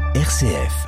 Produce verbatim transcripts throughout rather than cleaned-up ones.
R C F.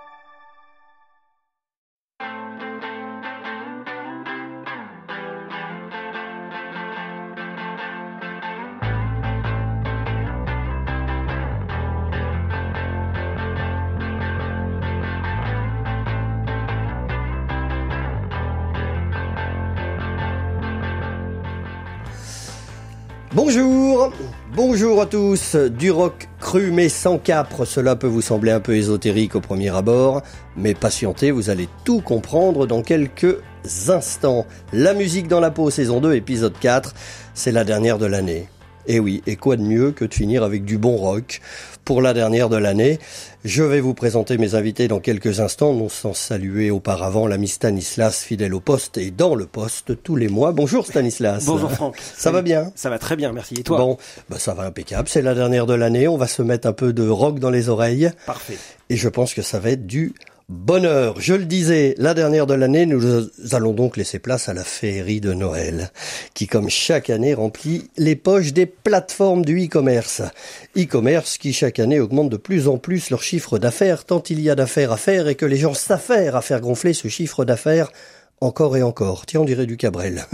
Bonjour, bonjour à tous. Du rock cru mais sans capre, cela peut vous sembler un peu ésotérique au premier abord, mais patientez, vous allez tout comprendre dans quelques instants. La musique dans la peau, saison deux, épisode quatre, c'est la dernière de l'année. Et oui, et quoi de mieux que de finir avec du bon rock pour la dernière de l'année. Je vais vous présenter mes invités dans quelques instants, non sans saluer auparavant l'ami Stanislas, fidèle au poste et dans le poste tous les mois. Bonjour Stanislas. Bonjour Franck. Ça va bien ? Ça va très bien, merci. Et toi ? Bon, bah ça va impeccable, c'est la dernière de l'année, on va se mettre un peu de rock dans les oreilles. Parfait. Et je pense que ça va être du bonheur. Je le disais, la dernière de l'année, nous allons donc laisser place à la féerie de Noël, qui comme chaque année remplit les poches des plateformes du e-commerce. E-commerce qui chaque année augmente de plus en plus leur chiffre d'affaires, tant il y a d'affaires à faire et que les gens s'affairent à faire gonfler ce chiffre d'affaires encore et encore. Tiens, on dirait du Cabrel.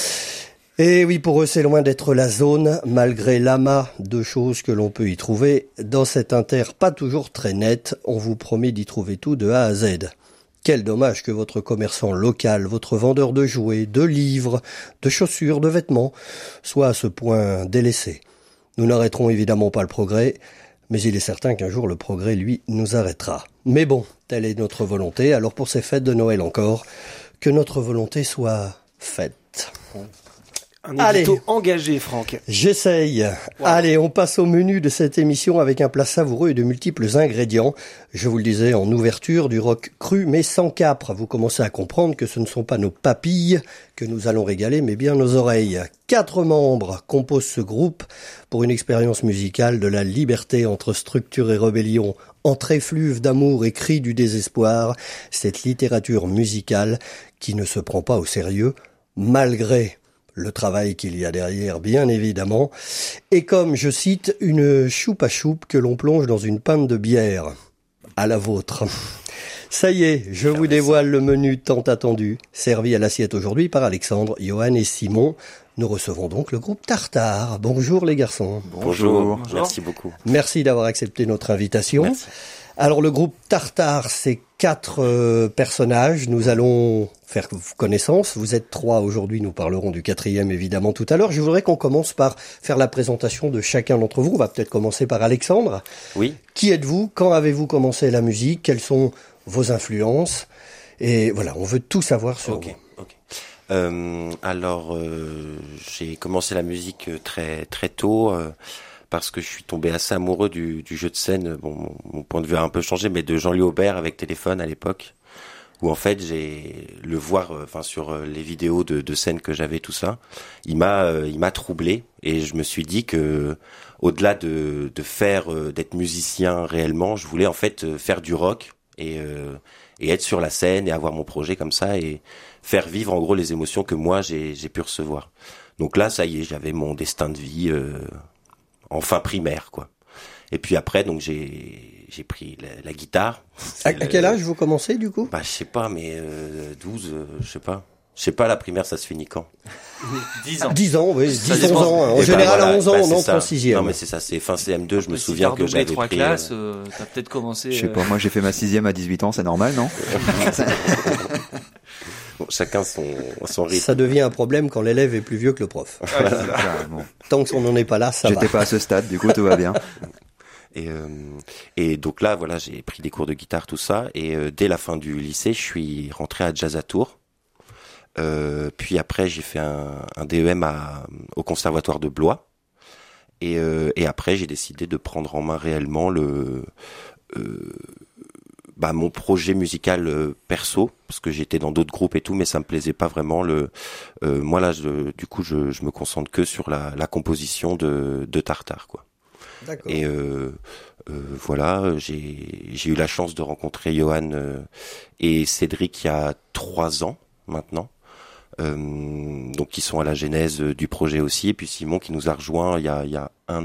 Et oui, pour eux, c'est loin d'être la zone, malgré l'amas de choses que l'on peut y trouver. Dans cet inter pas toujours très net, on vous promet d'y trouver tout de A à Z. Quel dommage que votre commerçant local, votre vendeur de jouets, de livres, de chaussures, de vêtements, soit à ce point délaissé. Nous n'arrêterons évidemment pas le progrès, mais il est certain qu'un jour le progrès, lui, nous arrêtera. Mais bon, telle est notre volonté, alors pour ces fêtes de Noël encore, que notre volonté soit faite. Un édito engagé, Franck. J'essaye. Wow. Allez, on passe au menu de cette émission avec un plat savoureux et de multiples ingrédients. Je vous le disais en ouverture, du rock cru mais sans capre. Vous commencez à comprendre que ce ne sont pas nos papilles que nous allons régaler, mais bien nos oreilles. Quatre membres composent ce groupe pour une expérience musicale de la liberté entre structure et rébellion, entre effluves d'amour et cris du désespoir. Cette littérature musicale qui ne se prend pas au sérieux, malgré le travail qu'il y a derrière, bien évidemment, et comme, je cite, une choupe à choupe que l'on plonge dans une pinte de bière. À la vôtre. Ça y est, je vous dévoile le menu tant attendu, servi à l'assiette aujourd'hui par Alexandre, Johan et Simon. Nous recevons donc le groupe Tartare. Bonjour les garçons. Bonjour, Bonjour. Merci beaucoup. Merci d'avoir accepté notre invitation. Merci. Alors le groupe Tartare, c'est quatre euh, personnages. Nous allons faire connaissance. Vous êtes trois aujourd'hui. Nous parlerons du quatrième évidemment tout à l'heure. Je voudrais qu'on commence par faire la présentation de chacun d'entre vous. On va peut-être commencer par Alexandre. Oui. Qui êtes-vous ? Quand avez-vous commencé la musique ? Quelles sont vos influences ? Et voilà, on veut tout savoir sur okay, vous. Okay. Euh, alors, euh, j'ai commencé la musique très très tôt. Euh, parce que je suis tombé assez amoureux du, du jeu de scène. Bon, mon, mon point de vue a un peu changé, mais de Jean-Louis Aubert avec Téléphone à l'époque, où en fait j'ai le voir, enfin euh, sur euh, les vidéos de, de scène que j'avais, tout ça, il m'a, euh, il m'a troublé, et je me suis dit que au-delà de, de faire, euh, d'être musicien réellement, je voulais en fait euh, faire du rock et, euh, et être sur la scène et avoir mon projet comme ça et faire vivre en gros les émotions que moi j'ai, j'ai pu recevoir. Donc là, ça y est, j'avais mon destin de vie. Euh, en fin primaire, quoi. Et puis après, donc j'ai j'ai pris la, la guitare. À, le, à quel âge vous commencez, du coup ? Bah, je sais pas, mais euh, douze, euh, je sais pas. Je sais pas, la primaire, ça se finit quand ? dix ans. dix ans, oui, dix, onze ans. En et général, bah, voilà, à onze ans, bah, on entre en sixième. Non, mais c'est ça, c'est fin C M deux, je me souviens que j'avais trois pris... classes, euh, t'as peut-être commencé... Je sais pas, moi j'ai fait ma sixième à dix-huit ans, c'est normal, non ? Bon, chacun son, son rythme. Ça devient un problème quand l'élève est plus vieux que le prof. Ah, ouais, ça, bon. Tant qu'on n'en est pas là, ça J'étais va. J'étais pas à ce stade, du coup tout va bien. Et, euh, et donc là, voilà, j'ai pris des cours de guitare, tout ça. Et euh, dès la fin du lycée, je suis rentré à Jazz à Tours. Euh, puis après, j'ai fait un, un D E M à, au conservatoire de Blois. Et, euh, et après, j'ai décidé de prendre en main réellement le... Euh, bah mon projet musical euh, perso, parce que j'étais dans d'autres groupes et tout, mais ça me plaisait pas vraiment. Le euh, moi là, je, du coup, je, je me concentre que sur la, la composition de, de Tartare, quoi. D'accord. Et euh, euh, voilà, j'ai j'ai eu la chance de rencontrer Johan euh, et Cédric il y a trois ans maintenant. Euh, donc qui sont à la genèse du projet aussi, et puis Simon qui nous a rejoint il y a il y a un an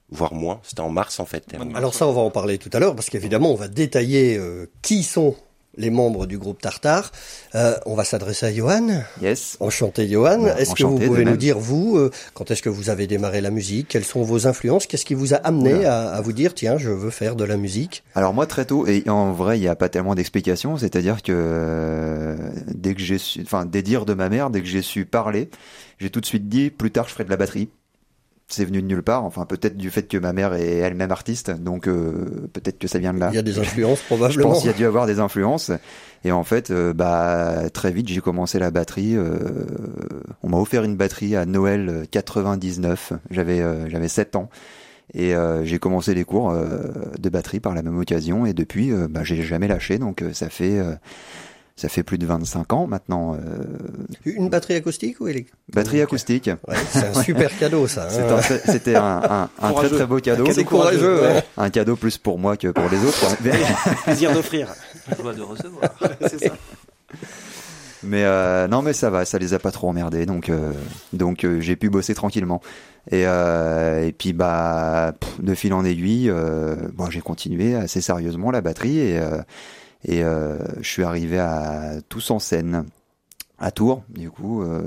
voire moins. C'était en mars en fait. Alors ça, on va en parler tout à l'heure parce qu'évidemment, on va détailler euh, qui sont les membres du groupe Tartare. Euh, on va s'adresser à Johan. Yes. Enchanté, Johan. Ouais, est-ce enchanté, que vous pouvez nous même. dire, vous, euh, quand est-ce que vous avez démarré la musique? Quelles sont vos influences? Qu'est-ce qui vous a amené ouais. à, à vous dire, tiens, je veux faire de la musique? Alors moi, très tôt, et en vrai, il n'y a pas tellement d'explications. C'est-à-dire que euh, dès que j'ai su, enfin, des dires de ma mère, dès que j'ai su parler, j'ai tout de suite dit, plus tard, je ferai de la batterie. C'est venu de nulle part, enfin peut-être du fait que ma mère est elle-même artiste, donc euh, peut-être que ça vient de là. Il y a des influences probablement. Je pense qu'il y a dû avoir des influences, et en fait, euh, bah très vite j'ai commencé la batterie. Euh, on m'a offert une batterie à Noël quatre-vingt-dix-neuf, j'avais euh, j'avais sept ans, et euh, j'ai commencé les cours euh, de batterie par la même occasion, et depuis, euh, bah j'ai jamais lâché, donc euh, ça fait euh, Ça fait plus de vingt-cinq ans maintenant. Euh... Une batterie acoustique ou électrique? Batterie acoustique. Ouais, c'est un super cadeau, ça. Hein. C'était un, un, un très très beau cadeau. C'est courageux. Ouais. Un cadeau plus pour moi que pour les autres. Plaisir d'offrir. Joie de recevoir. C'est ça. Mais euh, non, mais ça va, ça les a pas trop emmerdés, donc euh, donc euh, j'ai pu bosser tranquillement. Et euh, et puis bah pff, de fil en aiguille, euh, bon, j'ai continué assez sérieusement la batterie et euh, Et euh, je suis arrivé à Tous en Seine, à Tours, du coup, euh,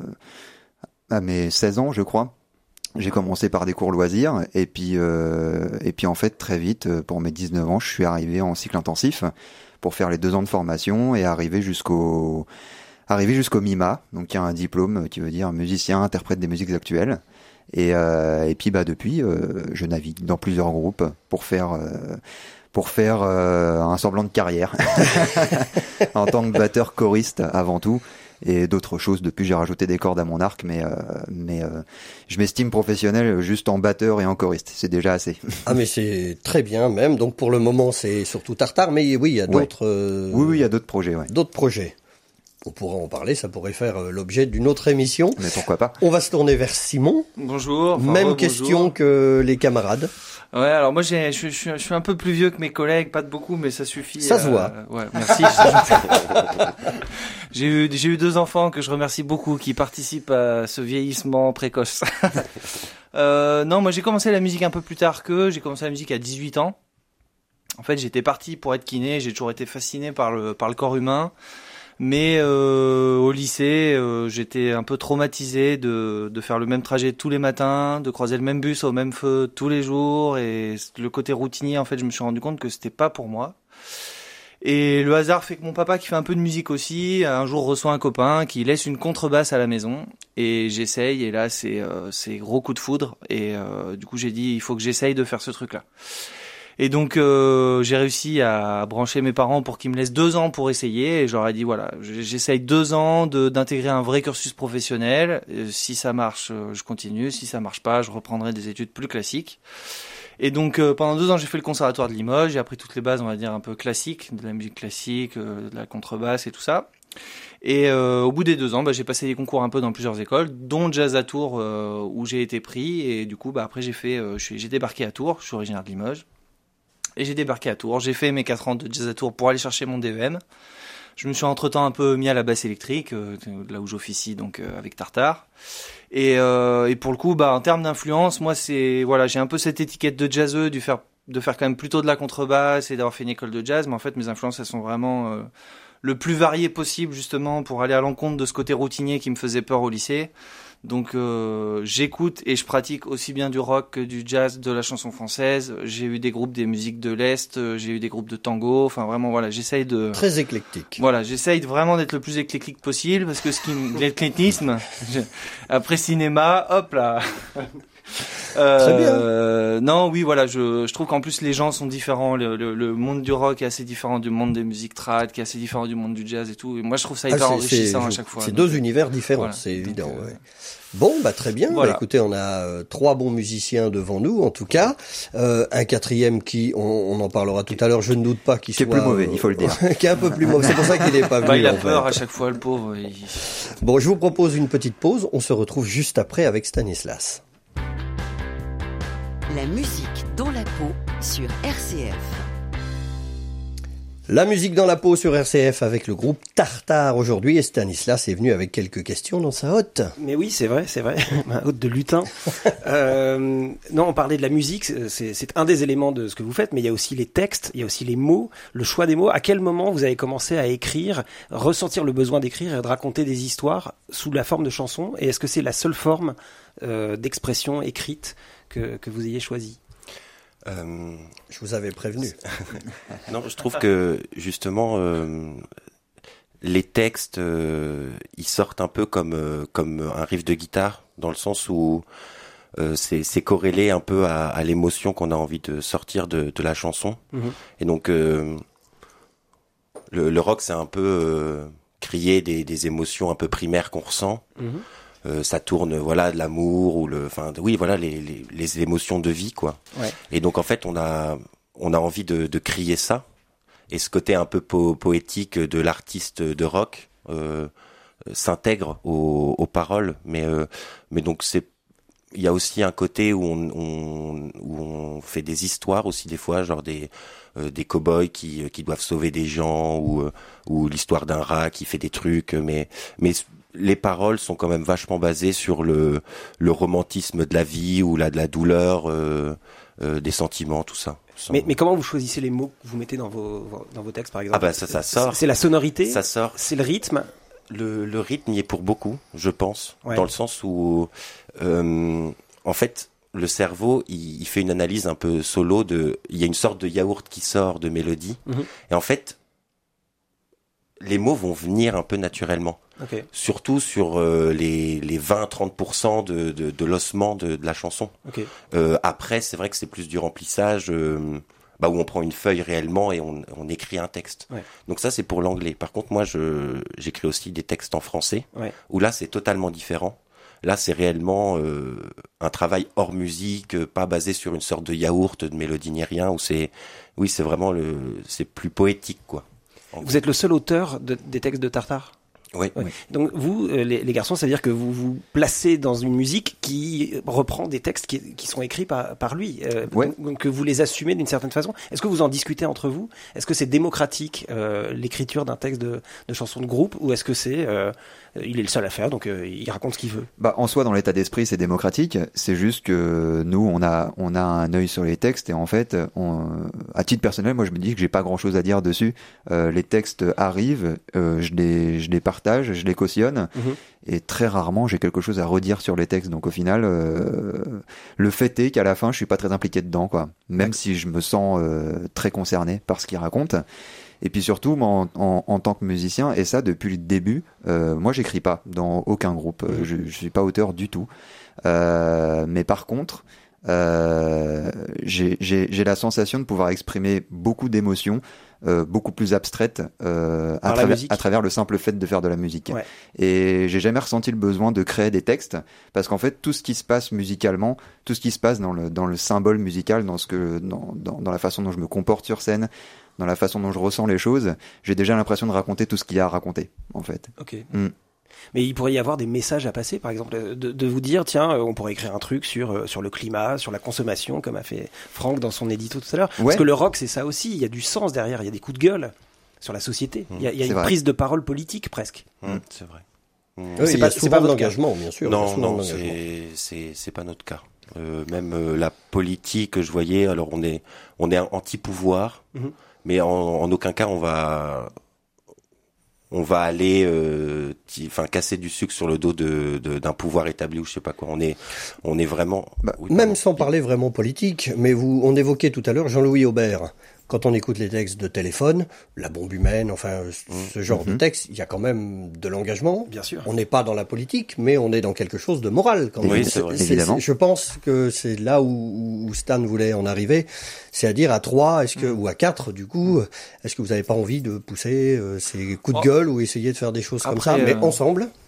à mes seize ans, je crois. J'ai commencé par des cours loisirs, et puis, euh, et puis en fait, très vite, pour mes dix-neuf ans, je suis arrivé en cycle intensif pour faire les deux ans de formation et arriver jusqu'au, arriver jusqu'au MIMA, donc il y a un diplôme qui veut dire musicien, interprète des musiques actuelles. Et, euh, et puis bah depuis, euh, je navigue dans plusieurs groupes pour faire... Euh, pour faire euh, un semblant de carrière en tant que batteur choriste avant tout et d'autres choses. Depuis j'ai rajouté des cordes à mon arc, mais euh, mais euh, je m'estime professionnel juste en batteur et en choriste, c'est déjà assez. Ah mais c'est très bien même, donc pour le moment c'est surtout Tartare, mais oui il y a d'autres ouais. euh, oui oui il y a d'autres projets ouais. D'autres projets. On pourra en parler, ça pourrait faire euh, l'objet d'une autre émission. Mais pourquoi pas. On va se tourner vers Simon. Bonjour. Enfin, Même re, question bonjour. Que les camarades. Ouais, alors moi j'ai, je, je, je suis un peu plus vieux que mes collègues, pas de beaucoup, mais ça suffit. Ça euh, se voit. Ouais, merci. j'ai eu, j'ai eu deux enfants que je remercie beaucoup, qui participent à ce vieillissement précoce. euh, non, moi j'ai commencé la musique un peu plus tard qu'eux. J'ai commencé la musique à dix-huit ans. En fait, j'étais parti pour être kiné. J'ai toujours été fasciné par le par le corps humain. Mais euh, au lycée, euh, j'étais un peu traumatisé de, de faire le même trajet tous les matins, de croiser le même bus au même feu tous les jours. Et le côté routinier, en fait, je me suis rendu compte que c'était pas pour moi. Et le hasard fait que mon papa, qui fait un peu de musique aussi, un jour reçoit un copain qui laisse une contrebasse à la maison. Et j'essaye, et là, c'est, euh, c'est gros coup de foudre. Et euh, du coup, j'ai dit, il faut que j'essaye de faire ce truc-là. Et donc euh, j'ai réussi à brancher mes parents pour qu'ils me laissent deux ans pour essayer. Et je leur ai dit voilà, j'essaye deux ans de, d'intégrer un vrai cursus professionnel. Et si ça marche, je continue. Si ça marche pas, je reprendrai des études plus classiques. Et donc euh, pendant deux ans, j'ai fait le conservatoire de Limoges. J'ai appris toutes les bases, on va dire un peu classiques, de la musique classique, euh, de la contrebasse et tout ça. Et euh, au bout des deux ans, bah, j'ai passé des concours un peu dans plusieurs écoles, dont Jazz à Tours euh, où j'ai été pris. Et du coup, bah après j'ai fait, euh, j'ai débarqué à Tours. Je suis originaire de Limoges. Et j'ai débarqué à Tours, j'ai fait mes quatre ans de jazz à Tours pour aller chercher mon D E M. Je me suis entre-temps un peu mis à la basse électrique, euh, là où j'officie donc euh, avec Tartare. Et, euh, et pour le coup, bah en termes d'influence, moi c'est voilà, j'ai un peu cette étiquette de jazzeux, du faire de faire quand même plutôt de la contrebasse et d'avoir fait une école de jazz, mais en fait mes influences elles sont vraiment euh, le plus variées possible justement pour aller à l'encontre de ce côté routinier qui me faisait peur au lycée. Donc euh, j'écoute et je pratique aussi bien du rock que du jazz, de la chanson française. J'ai eu des groupes des musiques de l'Est, j'ai eu des groupes de tango. Enfin vraiment voilà, j'essaye de très éclectique. Voilà, j'essaye vraiment d'être le plus éclectique possible parce que ce qui l'éclectisme je... après cinéma, hop là. Euh, Très bien. Euh, non, oui, voilà, je, je trouve qu'en plus les gens sont différents. Le, le, le monde du rock est assez différent du monde des musiques trad, qui est assez différent du monde du jazz et tout. Et moi, je trouve ça hyper ah, enrichissant à chaque fois. C'est donc, deux univers différents, voilà. C'est évident. Donc, euh... ouais. Bon, bah très bien. Voilà. Bah, écoutez, on a euh, trois bons musiciens devant nous, en tout cas. Euh, un quatrième qui, on, on en parlera tout à l'heure. Je ne doute pas qu'il qui soit est plus mauvais, euh, il faut le dire. qui est un peu plus mauvais. C'est pour ça qu'il n'est pas venu. Bah, il a en peur fait. à chaque fois, le pauvre. Il... Bon, je vous propose une petite pause. On se retrouve juste après avec Stanislas. La musique dans la peau sur R C F. La musique dans la peau sur R C F avec le groupe Tartare aujourd'hui et Stanislas est venu avec quelques questions dans sa hotte. Mais oui, c'est vrai, c'est vrai, ma hotte de lutin. euh, non, on parlait de la musique, c'est, c'est un des éléments de ce que vous faites, mais il y a aussi les textes, il y a aussi les mots, le choix des mots. À quel moment vous avez commencé à écrire, ressentir le besoin d'écrire et de raconter des histoires sous la forme de chansons? Et est-ce que c'est la seule forme euh, d'expression écrite que, que vous ayez choisie? Euh... Je vous avais prévenu. Non, je trouve que justement euh, les textes euh, ils sortent un peu comme euh, comme un riff de guitare dans le sens où euh, c'est c'est corrélé un peu à, à l'émotion qu'on a envie de sortir de de la chanson. Mmh. Et donc euh, le, le rock c'est un peu euh, crier des des émotions un peu primaires qu'on ressent. Mmh. Euh, ça tourne, voilà, de l'amour ou le, enfin, oui, voilà, les, les, les émotions de vie, quoi. Ouais. Et donc en fait, on a, on a envie de, de crier ça. Et ce côté un peu po- poétique de l'artiste de rock euh, s'intègre aux, aux paroles. Mais, euh, mais donc c'est, il y a aussi un côté où on, on, où on fait des histoires aussi des fois, genre des, euh, des cow-boys qui, qui doivent sauver des gens ou, euh, ou l'histoire d'un rat qui fait des trucs. Mais, mais les paroles sont quand même vachement basées sur le, le romantisme de la vie ou la, de la douleur, euh, euh, des sentiments, tout ça. Mais, mais comment vous choisissez les mots que vous mettez dans vos, dans vos textes, par exemple? Ah bah ça, ça sort. C'est la sonorité. Ça sort. C'est le rythme. Le, le rythme y est pour beaucoup, je pense, ouais. Dans le sens où, euh, en fait, le cerveau, il, il fait une analyse un peu solo de, il y a une sorte de yaourt qui sort de mélodie, mm-hmm. et en fait, les mots vont venir un peu naturellement. Okay. Surtout sur euh, les, les vingt à trente pour cent de, de, de l'ossement de, de la chanson. Okay. Euh, après, c'est vrai que c'est plus du remplissage, euh, bah, où on prend une feuille réellement et on, on écrit un texte. Ouais. Donc ça, c'est pour l'anglais. Par contre, moi, je, j'écris aussi des textes en français, ouais. où là, c'est totalement différent. Là, c'est réellement euh, un travail hors musique, pas basé sur une sorte de yaourt, de mélodie ni rien, où c'est, oui, c'est vraiment le, c'est plus poétique, quoi. Vous êtes le seul auteur de, des textes de Tartare? Oui. oui. Donc vous, euh, les, les garçons, c'est-à-dire que vous vous placez dans une musique qui reprend des textes qui, qui sont écrits par, par lui, euh, ouais. donc, donc que vous les assumez d'une certaine façon. Est-ce que vous en discutez entre vous? Est-ce que c'est démocratique euh, l'écriture d'un texte de, de chanson de groupe, ou est-ce que c'est euh, il est le seul à faire, donc euh, il raconte ce qu'il veut? Bah en soi, dans l'état d'esprit, c'est démocratique. C'est juste que nous, on a on a un œil sur les textes et en fait, on, à titre personnel, moi je me dis que j'ai pas grand-chose à dire dessus. Euh, les textes arrivent, euh, je les je les partage, je les cautionne, mmh. et très rarement j'ai quelque chose à redire sur les textes. Donc au final, euh, le fait est qu'à la fin, je suis pas très impliqué dedans, quoi. Même si je me sens euh, très concerné par ce qu'il raconte. Et puis surtout, en, en, en tant que musicien, et ça depuis le début, euh, moi j'écris pas dans aucun groupe. Mmh. Je, je suis pas auteur du tout. Euh, mais par contre, euh, j'ai, j'ai, j'ai la sensation de pouvoir exprimer beaucoup d'émotions. Euh, beaucoup plus abstraite euh, à, travers, à travers le simple fait de faire de la musique. Ouais. Et j'ai jamais ressenti le besoin de créer des textes parce qu'en fait tout ce qui se passe musicalement, tout ce qui se passe dans le dans le symbole musical, dans ce que dans dans, dans la façon dont je me comporte sur scène, dans la façon dont je ressens les choses, j'ai déjà l'impression de raconter tout ce qu'il y a à raconter en fait. Ok. Mm. Mais il pourrait y avoir des messages à passer, par exemple, de, de vous dire, tiens, on pourrait écrire un truc sur sur le climat, sur la consommation, comme a fait Franck dans son édito tout à l'heure. Ouais. Parce que le rock, c'est ça aussi. Il y a du sens derrière. Il y a des coups de gueule sur la société. Mmh. Il y a, il y a une vrai. prise de parole politique presque. Mmh, c'est vrai. Mmh. Oui, c'est, pas, c'est pas votre engagement, bien sûr. Non, non, c'est, c'est c'est pas notre cas. Euh, même euh, la politique, je voyais. Alors on est on est anti-pouvoir, mmh. mais en, en aucun cas on va on va aller euh, enfin casser du sucre sur le dos de, de d'un pouvoir établi ou je sais pas quoi. On est on est vraiment bah, oui, même sans parler vraiment politique, mais vous on évoquait tout à l'heure Jean-Louis Aubert. Quand on écoute les textes de Téléphone, La bombe humaine, enfin ce genre mmh. de texte, il y a quand même de l'engagement. Bien sûr. On n'est pas dans la politique, mais on est dans quelque chose de moral quand même. Oui, c'est vrai. C'est, évidemment. C'est, je pense que c'est là où, où Stan voulait en arriver, c'est à dire à trois, est-ce que mmh. ou à quatre du coup, est-ce que vous n'avez pas envie de pousser euh, ces coups de oh. gueule ou essayer de faire des choses Après, comme ça, euh... mais ensemble?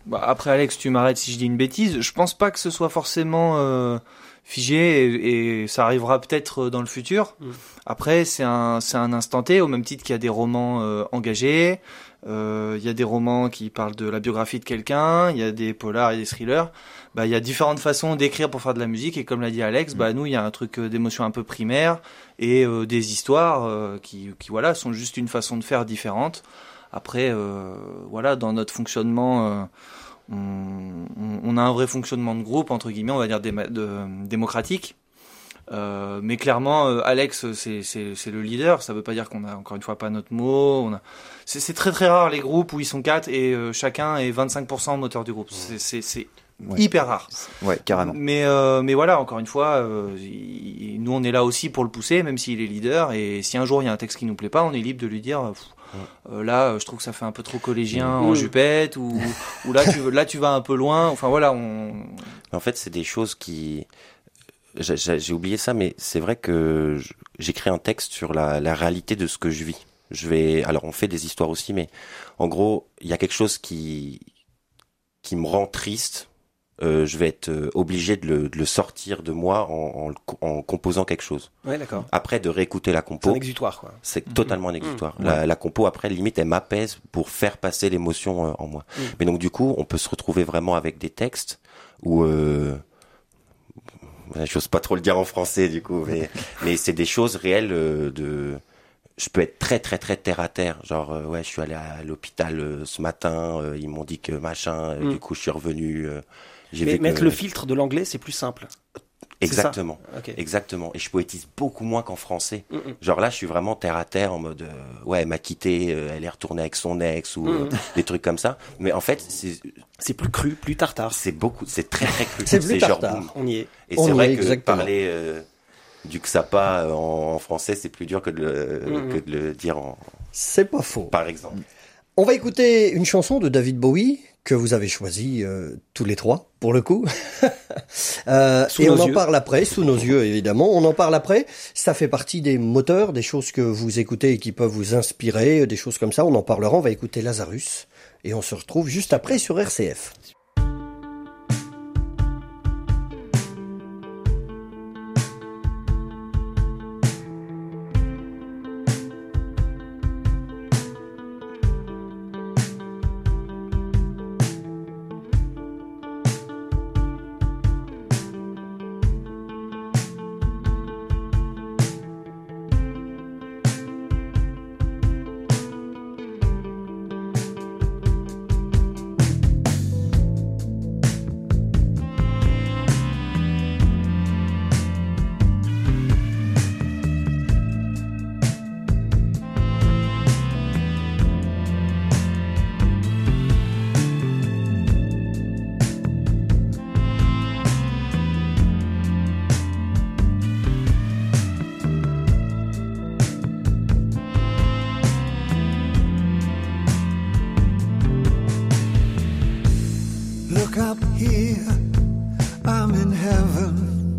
Bah, après Alex, tu m'arrêtes si je dis une bêtise. Je pense pas que ce soit forcément euh, figé et, et ça arrivera peut-être dans le futur. Mmh. Après, c'est un c'est un instant T, au même titre qu'il y a des romans euh, engagés. Euh, il y a des romans qui parlent de la biographie de quelqu'un. Il y a des polars et des thrillers. Bah, il y a différentes façons d'écrire pour faire de la musique et comme l'a dit Alex, mmh. bah nous il y a un truc d'émotion un peu primaire et euh, des histoires euh, qui qui voilà sont juste une façon de faire différente. Après, euh, voilà, dans notre fonctionnement, euh, on, on a un vrai fonctionnement de groupe, entre guillemets, on va dire dé- de, démocratique. Euh, mais clairement, euh, Alex, c'est, c'est, c'est le leader. Ça veut pas dire qu'on a encore une fois pas notre mot. On a... c'est, c'est très très rare les groupes où ils sont quatre et euh, chacun est vingt-cinq pour cent moteur du groupe. C'est, c'est, c'est ouais. hyper rare. Ouais, carrément. Mais euh, mais voilà, encore une fois, euh, il, nous on est là aussi pour le pousser, même s'il est leader. Et si un jour il y a un texte qui nous plaît pas, on est libre de lui dire. Pff, Euh, là, je trouve que ça fait un peu trop collégien mmh. en jupette, ou, ou là, tu, là, tu vas un peu loin. Enfin, voilà, on... En fait, c'est des choses qui... J'ai, j'ai oublié ça, mais c'est vrai que j'écris un texte sur la, la réalité de ce que je vis. Je vais... Alors, on fait des histoires aussi, mais en gros, il y a quelque chose qui, qui me rend triste. Euh, je vais être euh, obligé de le, de le sortir de moi en, en, en composant quelque chose. Ouais, d'accord. Après, de réécouter la compo. C'est un exutoire, quoi. C'est mmh. totalement un exutoire. Mmh. La, ouais. la compo, après, limite, elle m'apaise pour faire passer l'émotion euh, en moi. Mmh. Mais donc, du coup, on peut se retrouver vraiment avec des textes où... Euh, j'ose pas trop le dire en français, du coup, mais, mais c'est des choses réelles euh, de... Je peux être très très très terre à terre, genre euh, ouais je suis allé à l'hôpital euh, ce matin, euh, ils m'ont dit que machin, euh, mmh. du coup je suis revenu. Euh, j'ai Mais vu mettre que... le filtre de l'anglais c'est plus simple. Exactement, okay. exactement. Et je poétise beaucoup moins qu'en français. Mmh. Genre là je suis vraiment terre à terre en mode euh, ouais elle m'a quitté, euh, elle est retournée avec son ex ou mmh. euh, des trucs comme ça. Mais en fait c'est c'est plus cru, plus tartare. C'est beaucoup, c'est très très cru. c'est plus c'est tartare. Genre, boum. On y est. Et On c'est vrai est, que exactement. parler euh, du Xapa en, en français c'est plus dur que de le, mmh. que de le dire en. C'est pas faux. Par exemple. On va écouter une chanson de David Bowie que vous avez choisie euh, tous les trois, pour le coup. euh, et on en yeux. parle après, sous nos yeux évidemment. On en parle après. Ça fait partie des moteurs, des choses que vous écoutez et qui peuvent vous inspirer, des choses comme ça. On en parlera. On va écouter Lazarus et on se retrouve juste après sur R C F. Look up here, I'm in heaven.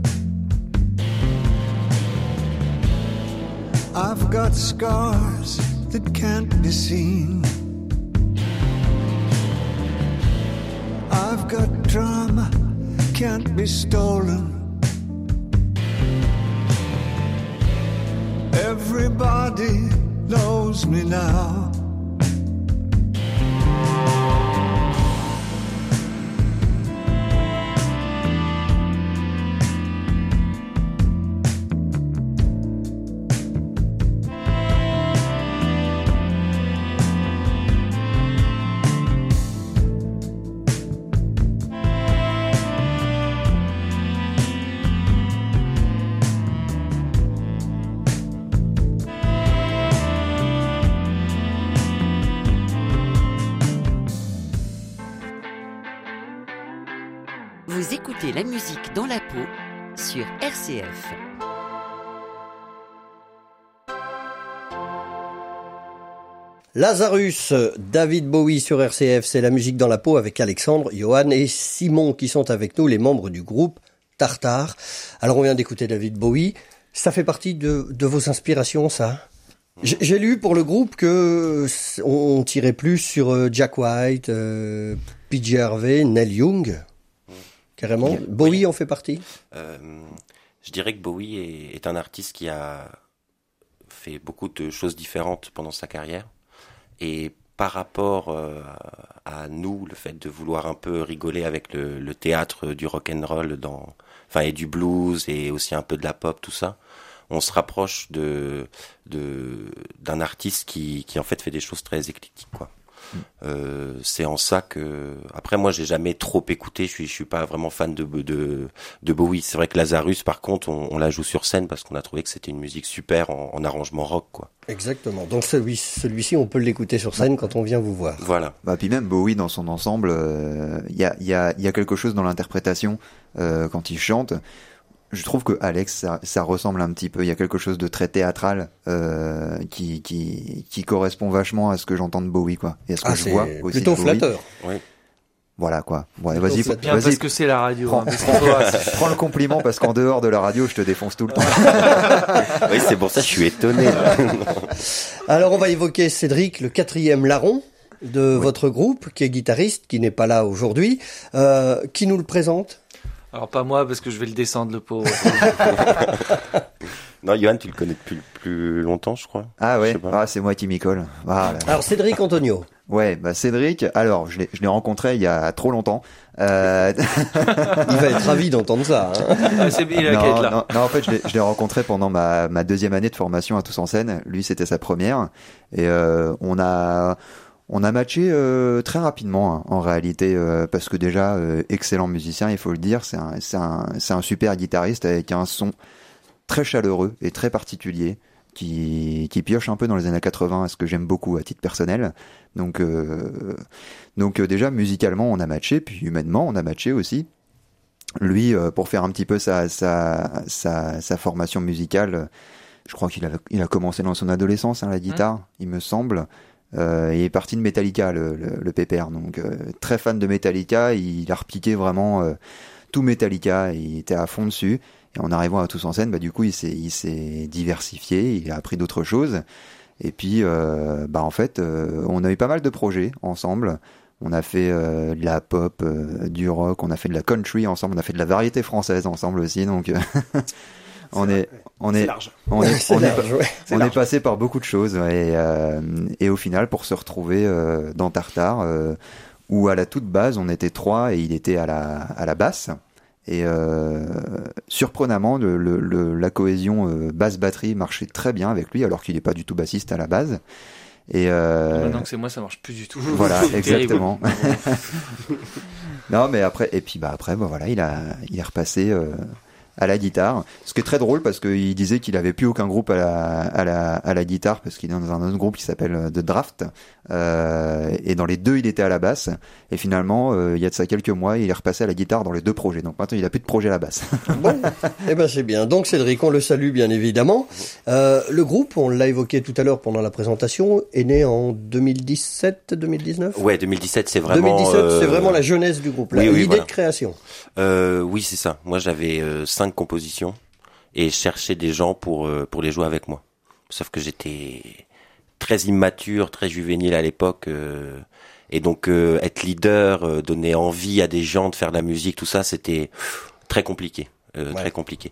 I've got scars that can't be seen. I've got drama, can't be stolen. Everybody knows me now. Vous écoutez la musique dans la peau sur R C F. Lazarus, David Bowie sur R C F, c'est la musique dans la peau avec Alexandre, Johan et Simon qui sont avec nous, les membres du groupe Tartare. Alors on vient d'écouter David Bowie, ça fait partie de, de vos inspirations ça ? J'ai, j'ai lu pour le groupe que on tirait plus sur euh, Jack White, euh, P J Harvey, Neil Young, carrément. Oui. Bowie en fait partie. Euh, je dirais que Bowie est, est un artiste qui a fait beaucoup de choses différentes pendant sa carrière. Et par rapport euh, à nous, le fait de vouloir un peu rigoler avec le, le théâtre du rock'n'roll dans, enfin, et du blues et aussi un peu de la pop, tout ça, on se rapproche de, de d'un artiste qui, qui en fait fait des choses très éclectiques, quoi. Mm. Euh, c'est en ça que, après moi j'ai jamais trop écouté, je suis je suis pas vraiment fan de de de Bowie. C'est vrai que Lazarus par contre on, on la joue sur scène parce qu'on a trouvé que c'était une musique super en, en arrangement rock, quoi. Exactement. Donc celui celui-ci on peut l'écouter sur scène quand on vient vous voir. Voilà. Bah puis même Bowie dans son ensemble, il euh, y a il y a il y a quelque chose dans l'interprétation euh, quand il chante. Je trouve que Alex, ça, ça ressemble un petit peu. Il y a quelque chose de très théâtral euh, qui, qui, qui correspond vachement à ce que j'entends de Bowie, quoi. Et à ce que Ah, je c'est vois aussi. plutôt de Bowie. flatteur. Oui. Voilà, quoi. Ouais, Plutôt vas-y, flatteur. Bien vas-y. parce que c'est la radio. Prends, hein, parce prends, que- prends le compliment parce qu'en dehors de la radio, je te défonce tout le temps. Oui, c'est pour ça que je suis étonné. là. Alors on va évoquer Cédric, le quatrième larron de votre groupe, qui est guitariste, qui n'est pas là aujourd'hui, euh, qui nous le présente. Alors pas moi parce que je vais le descendre le pauvre. Non, Johan, tu le connais depuis plus longtemps, je crois. Ah Je ouais, sais pas. ah, c'est moi qui m'y colle. Voilà. Alors Cédric Antonio. Ouais, bah Cédric, alors je l'ai, je l'ai rencontré il y a trop longtemps. Euh... Il va être ravi d'entendre ça. Hein. Ah, c'est il a qu'à non, être là. non, non, en fait, je l'ai, je l'ai rencontré pendant ma, ma deuxième année de formation à Tous en Scène. Lui, c'était sa première. Et euh, on a on a matché euh, très rapidement, hein, en réalité, euh, parce que déjà, euh, excellent musicien, il faut le dire. C'est un, c'est un, c'est un super guitariste avec un son très chaleureux et très particulier, qui, qui pioche un peu dans les années quatre-vingts, ce que j'aime beaucoup à titre personnel. Donc, euh, donc euh, déjà, musicalement, on a matché, puis humainement, on a matché aussi. Lui, euh, pour faire un petit peu sa, sa, sa, sa formation musicale, je crois qu'il a, il a commencé dans son adolescence, hein, la guitare, mmh. il me semble. Euh, il est parti de Metallica, le, le, le pépère, donc euh, très fan de Metallica, il a repiqué vraiment euh, tout Metallica, il était à fond dessus. Et en arrivant à Tous en Scène, bah du coup, il s'est, il s'est diversifié, il a appris d'autres choses. Et puis, euh, bah en fait, euh, on a eu pas mal de projets ensemble. On a fait euh, de la pop, euh, du rock, on a fait de la country ensemble, on a fait de la variété française ensemble aussi. Donc, euh, on est, on C'est est, large. on est, C'est on est, large, ouais. C'est on large. est passé par beaucoup de choses. Ouais, et, euh, et au final, pour se retrouver euh, dans Tartare, euh, où à la toute base, on était trois et il était à la, à la basse. Et euh, surprenamment, le, le, le, la cohésion euh, basse-batterie marchait très bien avec lui, alors qu'il n'est pas du tout bassiste à la base. Et euh, Maintenant que c'est moi, ça marche plus du tout. voilà, C'est exactement. terrible. Non, mais après, et puis bah après, bah voilà, il a, il est repassé euh, à la guitare. Ce qui est très drôle parce qu'il disait qu'il avait plus aucun groupe à la, à la, à la guitare parce qu'il est dans un autre groupe qui s'appelle The Draft. Euh, et dans les deux, il était à la basse. Et finalement, euh, il y a de ça quelques mois, il est repassé à la guitare dans les deux projets. Donc maintenant, il a plus de projet à la basse. Bon, eh ben c'est bien. Donc Cédric, on le salue bien évidemment. Euh, le groupe, on l'a évoqué tout à l'heure pendant la présentation, est né en deux mille dix-sept, deux mille dix-neuf. Ouais, deux mille dix-sept, c'est vraiment. deux mille dix-sept, euh, c'est vraiment la jeunesse du groupe, là, oui, oui, l'idée voilà. de création. Euh, oui, c'est ça. Moi, j'avais euh, cinq compositions et je cherchais des gens pour euh, pour les jouer avec moi. Sauf que j'étais très immature, très juvénile à l'époque, euh, et donc euh, être leader, euh, donner envie à des gens de faire de la musique, tout ça, c'était très compliqué. Euh, Ouais. Très compliqué.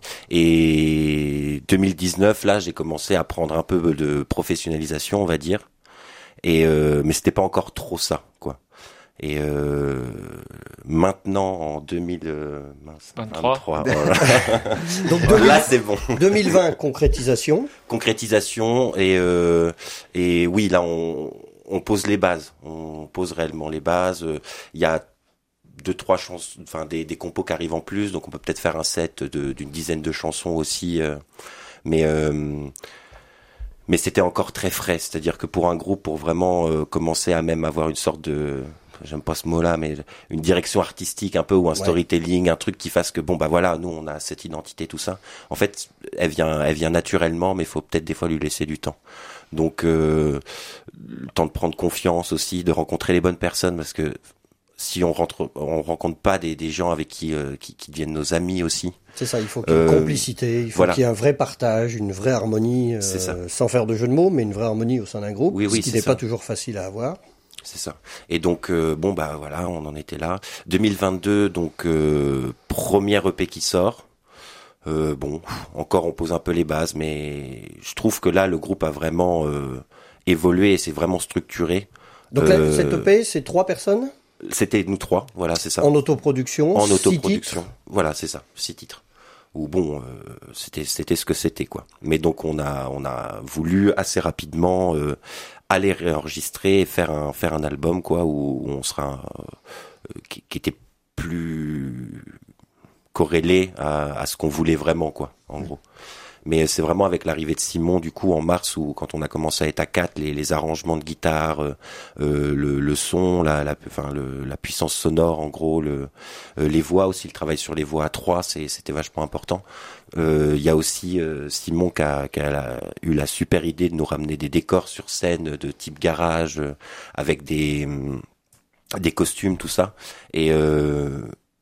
Et deux mille dix-neuf, là, j'ai commencé à prendre un peu de professionnalisation, on va dire. Et euh, mais c'était pas encore trop ça, quoi. Et euh, maintenant, en deux mille vingt-trois. vingt-trois, voilà. Donc Là, c'est bon. deux mille vingt, concrétisation. Concrétisation et euh, et oui, là, on on pose les bases. On pose réellement les bases. Il y a deux trois chansons, enfin des des compos qui arrivent en plus, donc on peut peut-être faire un set de d'une dizaine de chansons aussi, euh, mais euh, mais c'était encore très frais, c'est-à-dire que pour un groupe, pour vraiment euh, commencer à même avoir une sorte de, j'aime pas ce mot-là, mais une direction artistique un peu, ou un storytelling, un truc qui fasse que bon bah voilà, nous on a cette identité, tout ça. En fait, elle vient, elle vient naturellement, mais il faut peut-être des fois lui laisser du temps. Donc euh, le temps de prendre confiance aussi, de rencontrer les bonnes personnes, parce que si on rentre, on rencontre pas des, des gens avec qui, euh, qui, qui deviennent nos amis aussi. C'est ça, il faut qu'il y ait une Euh, complicité, il faut voilà. qu'il y ait un vrai partage, une vraie harmonie, euh, C'est ça. sans faire de jeu de mots, mais une vraie harmonie au sein d'un groupe, Oui, oui, ce qui c'est n'est ça. pas toujours facile à avoir. C'est ça. Et donc euh, bon bah voilà, on en était là. deux mille vingt-deux, donc euh, première E P qui sort. Euh, bon, encore on pose un peu les bases, mais je trouve que là le groupe a vraiment euh, évolué et c'est vraiment structuré. Donc là, Euh, cette E P, c'est trois personnes C'était nous trois, voilà, c'est ça. en autoproduction, En six autoproduction. titres. Voilà, c'est ça, six titres. Ou bon, euh, c'était c'était ce que c'était quoi. Mais donc on a on a voulu assez rapidement euh, aller réenregistrer et faire un faire un album quoi où, où on sera euh, qui, qui était plus corrélé à, à ce qu'on voulait vraiment quoi en gros. Mais c'est vraiment avec l'arrivée de Simon du coup en mars où quand on a commencé à être à quatre, les, les arrangements de guitare, euh, euh, le, le son, la, la, enfin le, la puissance sonore en gros, le, euh, les voix aussi, le travail sur les voix à trois, c'est, c'était vachement important. Il euh, y a aussi euh, Simon qui a, qui a la, eu la super idée de nous ramener des décors sur scène de type garage euh, avec des des costumes, tout ça. Et euh,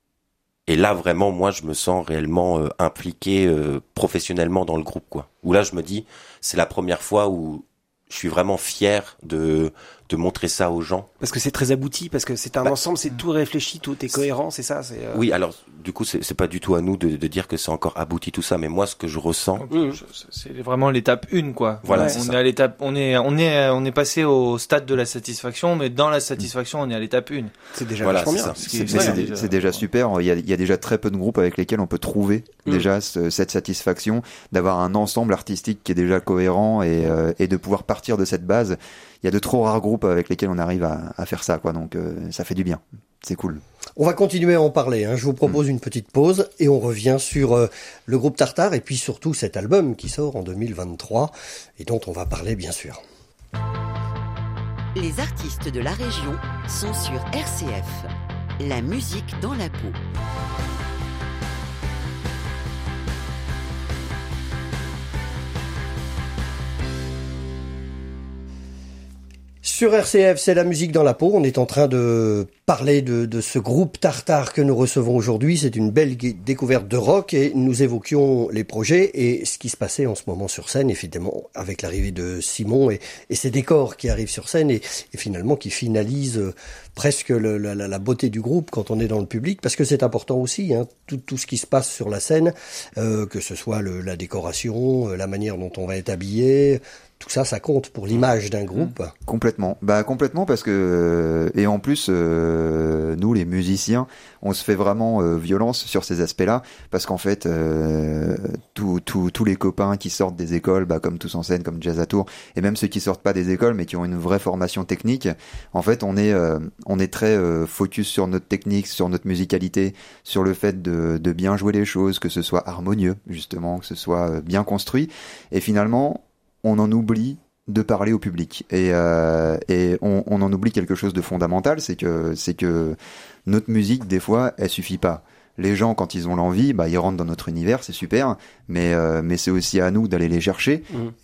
Et là, vraiment, moi, je me sens réellement euh, impliqué euh, professionnellement dans le groupe, quoi. Où là, je me dis, c'est la première fois où je suis vraiment fier de de montrer ça aux gens. Parce que c'est très abouti, parce que c'est un Bah, ensemble, c'est tout réfléchi, tout est cohérent, c'est ça. C'est, euh... Oui, alors, du coup, c'est, c'est pas du tout à nous de, de dire que c'est encore abouti tout ça, mais moi, ce que je ressens, Mmh. Je- C'est vraiment l'étape une, quoi. Voilà, on c'est on ça. est à l'étape, on est, on est, on est passé au stade de la satisfaction, mais dans la satisfaction, on est à l'étape une. c'est déjà Voilà, vachement c'est bien. ça. Ce qui C'est, est- mais ouais, c'est, déjà- dé- c'est déjà super. Il y, a, il y a déjà très peu de groupes avec lesquels on peut trouver Mm. déjà ce- cette satisfaction d'avoir un ensemble artistique qui est déjà cohérent et, euh, et de pouvoir partir de cette base. Il y a de trop rares groupes avec lesquels on arrive à, à faire ça, quoi. Donc euh, ça fait du bien. C'est cool. On va continuer à en parler, hein. Je vous propose une petite pause et on revient sur euh, le groupe Tartare et puis surtout cet album qui sort en deux mille vingt-trois et dont on va parler bien sûr. Les artistes de la région sont sur R C F. La musique dans la peau. Sur R C F, c'est la musique dans la peau. On est en train de parler de, de ce groupe Tartare que nous recevons aujourd'hui. C'est une belle gu- découverte de rock et nous évoquions les projets et ce qui se passait en ce moment sur scène, évidemment, avec l'arrivée de Simon et, et ces décors qui arrivent sur scène et, et finalement qui finalisent euh, presque le- la, la- la beauté du groupe quand on est dans le public, parce que c'est important aussi, hein, tout, tout ce qui se passe sur la scène, euh, que ce soit le, la décoration, euh, la manière dont on va être habillé, tout ça, ça compte pour l'image d'un groupe. Complètement. Bah complètement parce que et en plus euh, nous les musiciens, on se fait vraiment euh, violence sur ces aspects-là parce qu'en fait euh, tous tous tous les copains qui sortent des écoles, bah comme Tous en scène, comme Jazz à Tours, et même ceux qui sortent pas des écoles mais qui ont une vraie formation technique, en fait on est euh, on est très euh, focus sur notre technique, sur notre musicalité, sur le fait de de bien jouer les choses, que ce soit harmonieux justement, que ce soit euh, bien construit, et finalement on en oublie de parler au public et, euh, et on, on en oublie quelque chose de fondamental, c'est que c'est que notre musique des fois elle suffit pas. Les gens quand ils ont l'envie, bah ils rentrent dans notre univers, c'est super, mais euh, mais c'est aussi à nous d'aller les chercher Mmh.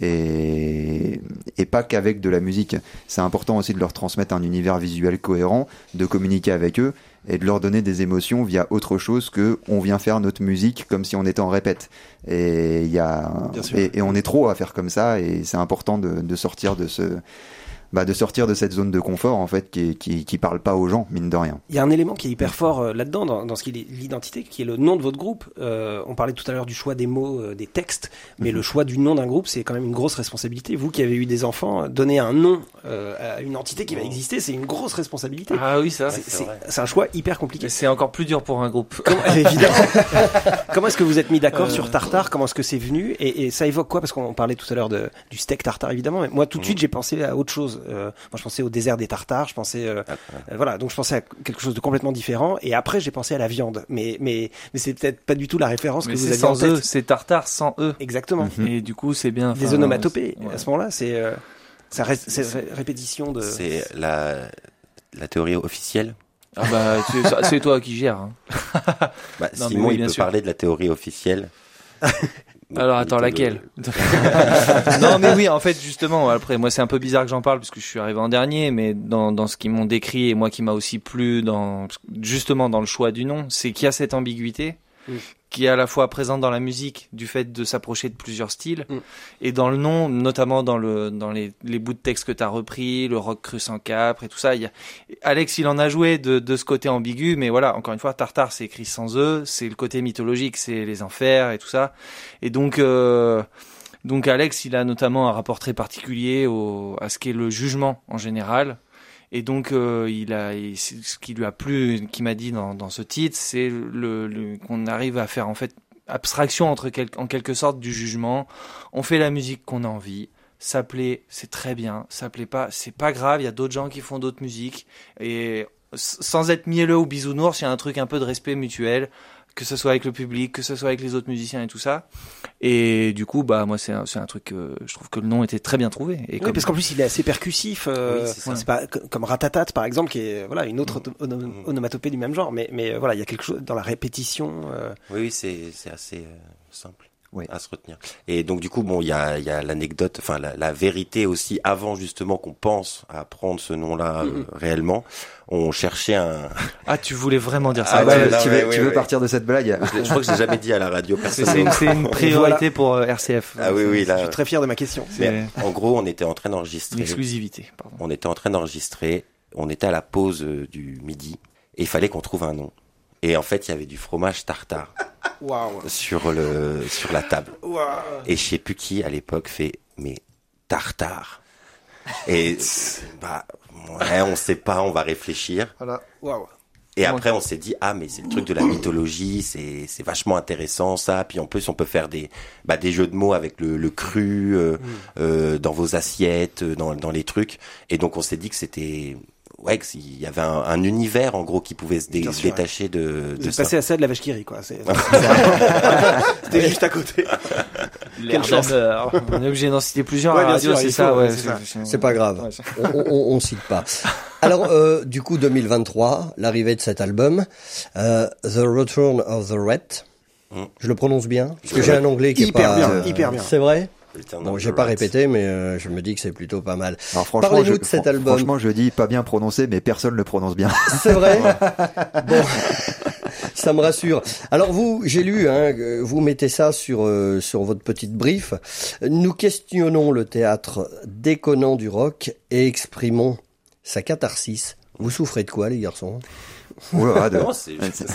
et et pas qu'avec de la musique. C'est important aussi de leur transmettre un univers visuel cohérent, de communiquer avec eux et de leur donner des émotions via autre chose que on vient faire notre musique comme si on était en répète. Et il y a Bien sûr. et, et on est trop à faire comme ça et c'est important de, de sortir de ce bah de sortir de cette zone de confort en fait qui qui qui parle pas aux gens, mine de rien. Il y a un élément qui est hyper fort euh, là-dedans, dans, dans ce qui est l'identité, qui est le nom de votre groupe. Euh, on parlait tout à l'heure du choix des mots, euh, des textes, mais le choix du nom d'un groupe, c'est quand même une grosse responsabilité. Vous qui avez eu des enfants, euh, donner un nom euh, à une entité qui va exister, c'est une grosse responsabilité. Ah oui, ça. c'est, c'est c'est, vrai. c'est un choix hyper compliqué. Et c'est encore plus dur pour un groupe. Comment, évidemment. Comment est-ce que vous êtes mis d'accord Euh. sur Tartare? Comment est-ce que c'est venu? Et, et ça évoque quoi? Parce qu'on parlait tout à l'heure de, du steak tartare, évidemment. Mais moi, tout de suite, j'ai pensé à autre chose. Euh, moi, je pensais au désert des tartares. Je pensais, euh, euh, voilà. Donc, je pensais à quelque chose de complètement différent. Et après, j'ai pensé à la viande. Mais, mais, mais c'est peut-être pas du tout la référence Mais que vous c'est aviez en sans eux, tête. c'est tartare sans eux. Exactement. Mhm. Et du coup, c'est bien. Des enfin, onomatopées. ouais. À ce moment-là, c'est, euh, ça reste, c'est ré- répétition de. c'est la la théorie officielle. Ah bah, c'est, ça- c'est toi qui gères. Hein. Bah, Non, mais Simon, oui, il bien peut sûr. parler de la théorie officielle. Alors attends, laquelle? Non mais oui, en fait justement, après moi c'est un peu bizarre que j'en parle parce que je suis arrivé en dernier, mais dans dans ce qu'ils m'ont décrit et moi qui m'a aussi plu dans justement dans le choix du nom, c'est qu'il y a cette ambiguïté mm. qui est à la fois présente dans la musique du fait de s'approcher de plusieurs styles mm. et dans le nom, notamment dans le dans les les bouts de texte que t'as repris, le rock cru sans capre et tout ça. Il y a Alex, il en a joué de de ce côté ambigu, mais voilà, encore une fois, Tartare c'est écrit sans eux, c'est le côté mythologique, c'est les enfers et tout ça, et donc euh, donc Alex, il a notamment un rapport très particulier au à ce qu'est le jugement en général. Et donc, euh, il a, il, ce qui lui a plu, qui m'a dit dans, dans ce titre, c'est le, le, qu'on arrive à faire en fait abstraction entre quel, en quelque sorte du jugement. On fait la musique qu'on a envie. Ça plaît, c'est très bien. Ça plaît pas, c'est pas grave. Il y a d'autres gens qui font d'autres musiques. Et sans être mielleux ou bisounours, il y a un truc un peu de respect mutuel, que ce soit avec le public, que ce soit avec les autres musiciens et tout ça. Et du coup, bah moi c'est un, c'est un truc que je trouve que le nom était très bien trouvé. Et oui, comme... parce qu'en plus il est assez percussif. Euh, oui, c'est, c'est pas comme Ratatat par exemple, qui est voilà une autre mmh. onomatopée du même genre. Mais mais voilà, il y a quelque chose dans la répétition. Euh... Oui, oui, c'est c'est assez euh, simple. Oui. À se retenir. Et donc du coup, bon, il y a, il y a l'anecdote, enfin la, la vérité aussi. Avant justement qu'on pense à prendre ce nom-là mm-hmm. euh, réellement, on cherchait un. Ah, tu voulais vraiment dire ça? Ah, ouais, tu, non, tu ouais, veux, ouais, tu veux ouais. partir de cette blague? Je, je crois que je l'ai jamais dit à la radio. C'est, c'est, une, c'est une priorité voilà. pour euh, R C F. Ah oui, oui, là. Je suis très fier de ma question. Mais en gros, on était en train d'enregistrer. Une exclusivité. Pardon. On était en train d'enregistrer. On était à la pause euh, du midi et il fallait qu'on trouve un nom. Et en fait, il y avait du fromage tartare. Wow. sur le sur la table. Wow. Et je sais plus qui à l'époque fait mais tartare. Et bah ouais, on sait pas, on va réfléchir. Voilà. Wow. Et après on s'est dit ah mais c'est le truc de la mythologie, c'est c'est vachement intéressant ça. Puis en plus on peut faire des bah des jeux de mots avec le le cru euh, mm. euh, dans vos assiettes, dans dans les trucs. Et donc on s'est dit que c'était ouais, qu'il y avait un, un univers en gros qui pouvait se, dé- se sûr, détacher ouais. de, de ça. ça. Passer à ça de la vache qui rit, quoi. C'est... C'était juste à côté. Quelle chance. On est obligé d'en citer plusieurs ouais, à la radio, sûr, c'est faut, ça, ouais. C'est, c'est, ça. c'est, c'est pas grave. Ouais. on, on, on cite pas. Alors, euh, du coup, deux mille vingt-trois, l'arrivée de cet album, euh, The Return of the Rat. Mm. Je le prononce bien parce que j'ai un anglais qui hyper est pas bien, euh, hyper bien. C'est vrai. Putain, bon, j'ai pas Rats. répété, mais euh, je me dis que c'est plutôt pas mal. Alors franchement, Parlez-nous je, de cet fran- album. Franchement, je dis pas bien prononcé, mais personne le prononce bien. C'est vrai. Bon, ça me rassure. Alors vous, j'ai lu, hein, vous mettez ça sur euh, sur votre petite brief. Nous questionnons le théâtre déconnant du rock et exprimons sa catharsis. Vous souffrez de quoi, les garçons? Oh là, de... Non, c'est juste...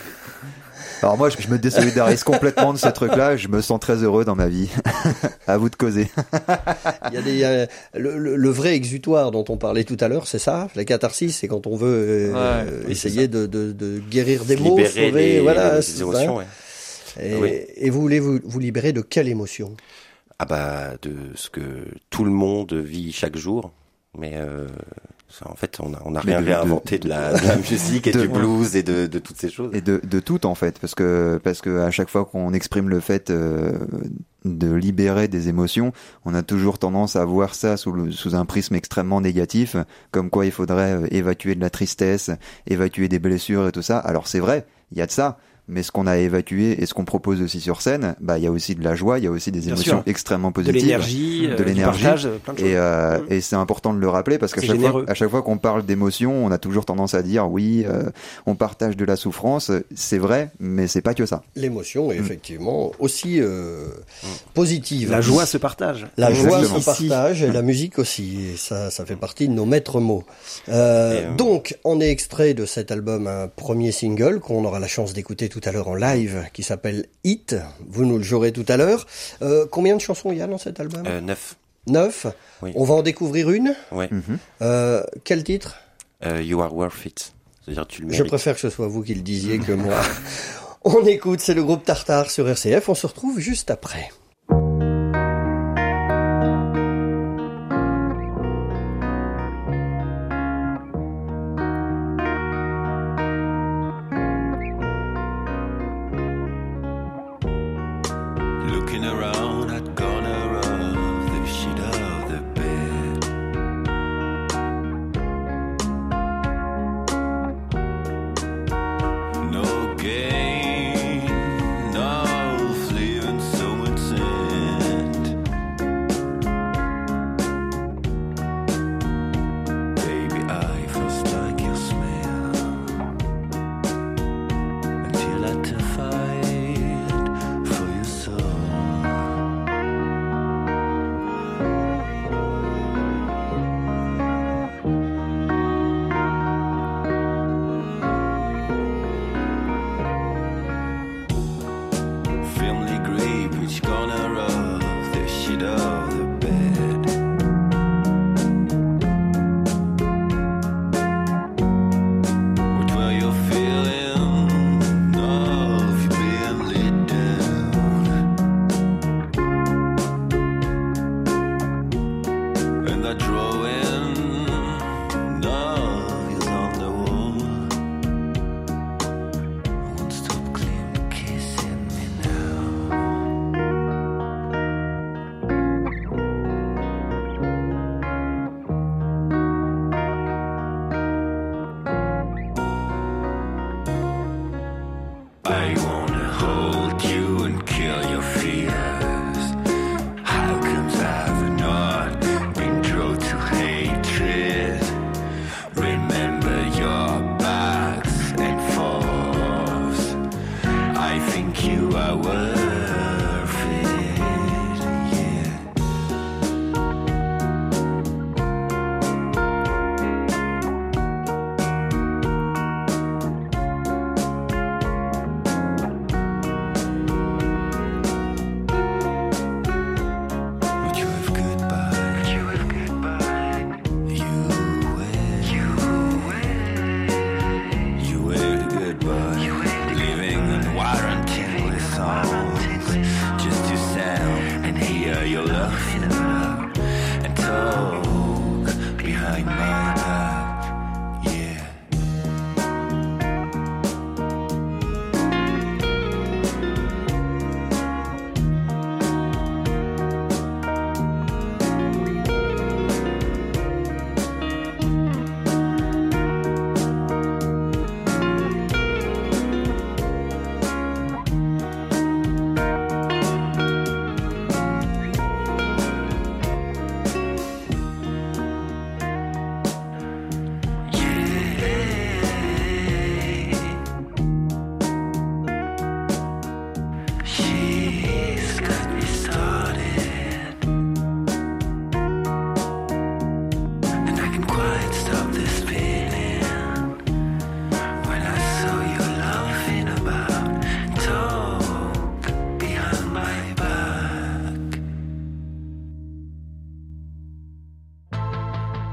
Alors moi, je, je me désolidarise complètement de ce truc-là. Je me sens très heureux dans ma vie. À vous de causer. Il y a des euh, le, le, le vrai exutoire dont on parlait tout à l'heure, c'est ça. La catharsis, c'est quand on veut euh, ouais, euh, oui, essayer de, de, de guérir des Se mots, libérer sauver, les, voilà. les, c'est les émotions, ça. ouais. Et, Oui. et vous voulez vous, vous libérer de quelle émotion? Ah bah de ce que tout le monde vit chaque jour, mais euh, ça, en fait on a on a rien de, réinventé de, de, la, de la musique et de, du blues et de, de toutes ces choses. Et de, de tout en fait, parce que parce que à chaque fois qu'on exprime le fait euh, de libérer des émotions, on a toujours tendance à voir ça sous, le, sous un prisme extrêmement négatif, comme quoi il faudrait évacuer de la tristesse, évacuer des blessures et tout ça. Alors c'est vrai, il y a de ça. Mais ce qu'on a évacué et ce qu'on propose aussi sur scène, bah il y a aussi de la joie, il y a aussi des Bien émotions sûr. extrêmement De positives, l'énergie, de euh, l'énergie, du partage, plein de choses. et, euh, Mmh. et c'est important de le rappeler parce qu'à C'est chaque généreux. fois, à chaque fois qu'on parle d'émotions, on a toujours tendance à dire oui, euh, on partage de la souffrance, c'est vrai, mais c'est pas que ça. L'émotion est effectivement aussi euh, positive. La joie se partage. La joie Exactement. se partage et la musique aussi. Et ça, ça fait partie de nos maîtres mots. Euh, Et, euh, Donc, on est extrait de cet album un premier single qu'on aura la chance d'écouter tout à l'heure en live, qui s'appelle Hit. Vous nous le jouerez tout à l'heure. Euh, combien de chansons il y a dans cet album? Euh, neuf. Neuf. Oui. On va en découvrir une. Ouais. Mm-hmm. Euh, quel titre? Euh, you are worth it. C'est-à-dire tu le Je mérites. préfère que ce soit vous qui le disiez que moi. On écoute, c'est le groupe Tartare sur R C F. On se retrouve juste après. Looking around at corner of the sheet of the bed. No gain, no fleeing so and